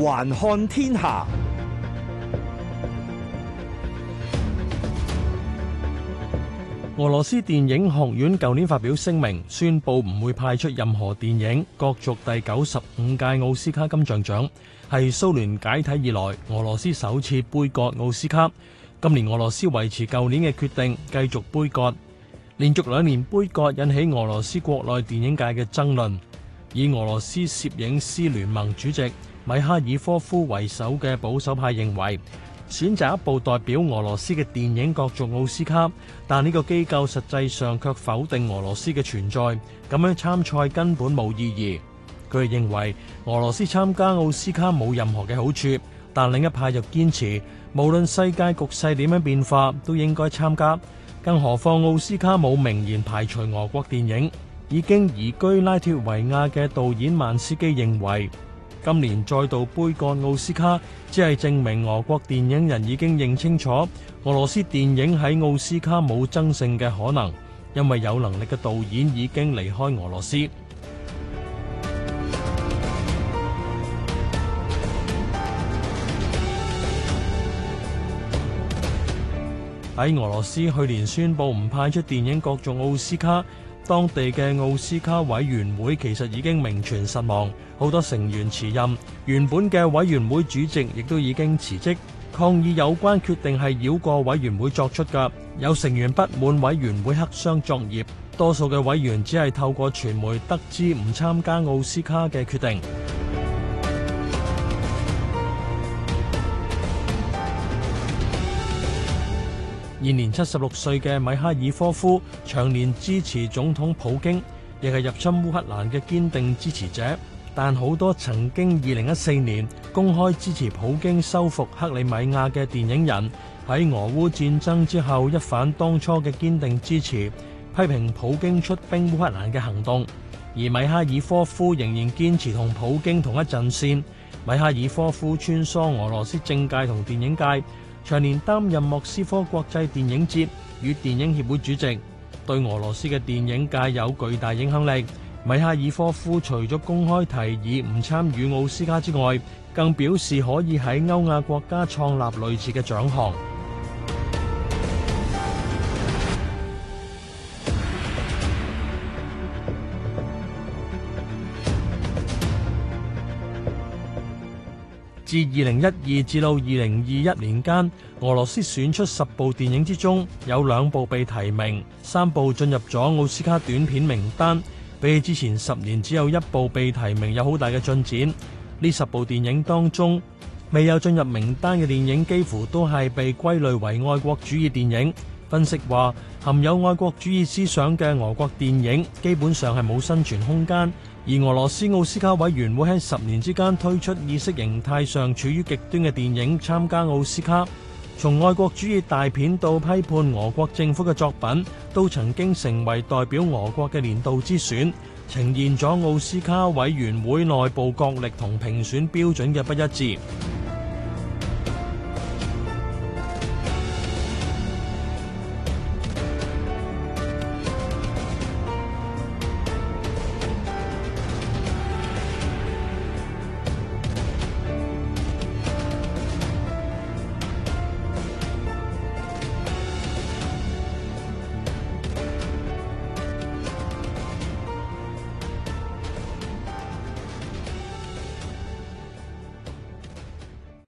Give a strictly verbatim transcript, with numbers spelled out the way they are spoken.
環看天下。俄羅斯電影學院舊年發表聲明，宣布唔會派出任何電影角逐第九十五屆奧斯卡金像獎，係蘇聯解體以來俄羅斯首次杯葛奧斯卡。今年俄羅斯維持舊年嘅決定，繼續杯葛。連續兩年杯葛引起俄羅斯國內電影界嘅爭論。以俄羅斯攝影師聯盟主席米哈爾科夫為首嘅保守派認為，選擇一部代表俄羅斯嘅電影角逐奧斯卡，但呢個機構實際上卻否定俄羅斯嘅存在，咁樣參賽根本冇意義。佢哋認為俄羅斯參加奧斯卡冇任何嘅好處，但另一派就堅持，無論世界局勢點樣變化，都應該參加。更何況奧斯卡冇明言排除俄國電影。已經移居拉脫維亞嘅導演曼斯基認為，今年再度杯葛奧斯卡，只係證明俄國電影人已經認清楚俄羅斯電影喺奧斯卡冇爭勝嘅可能，因為有能力嘅導演已經離開俄羅斯。喺俄羅斯去年宣布唔派出電影角逐奧斯卡，當地嘅奧斯卡委員會其實已經名存實亡，好多成員辭任，原本嘅委員會主席亦都已經辭職，抗議有關決定係繞過委員會作出嘅。有成員不滿委員會黑箱作業，多數嘅委員只係透過傳媒得知唔參加奧斯卡嘅決定。現年七十六歲嘅米哈爾科夫長年支持總統普京，亦係入侵烏克蘭嘅堅定支持者。但好多曾經二零一四年公開支持普京收復克里米亞嘅電影人，喺俄烏戰爭之後一反當初嘅堅定支持，批評普京出兵烏克蘭嘅行動。而米哈爾科夫仍然堅持同普京同一陣線。米哈爾科夫穿梭俄羅斯政界同電影界，長年擔任莫斯科國際電影節與電影協會主席，對俄羅斯嘅電影界有巨大影響力。米哈爾科夫除咗公開提議唔參與奧斯卡之外，更表示可以喺歐亞國家創立類似嘅獎項。自二零一二至到二零二一年間，俄羅斯選出十部電影之中，有兩部被提名，三部進入咗奧斯卡短片名單。比起之前十年只有一部被提名，有好大嘅進展。呢十部電影當中，未有進入名單嘅電影幾乎都係被歸類為愛國主義電影。分析話，含有愛國主義思想嘅俄國電影基本上係冇生存空間。而俄羅斯奧斯卡委員會喺十年之間推出意識形態上處於極端嘅電影參加奧斯卡，從愛國主義大片到批判俄國政府嘅作品，都曾經成為代表俄國嘅年度之選，呈現咗奧斯卡委員會內部角力同評選標準嘅不一致。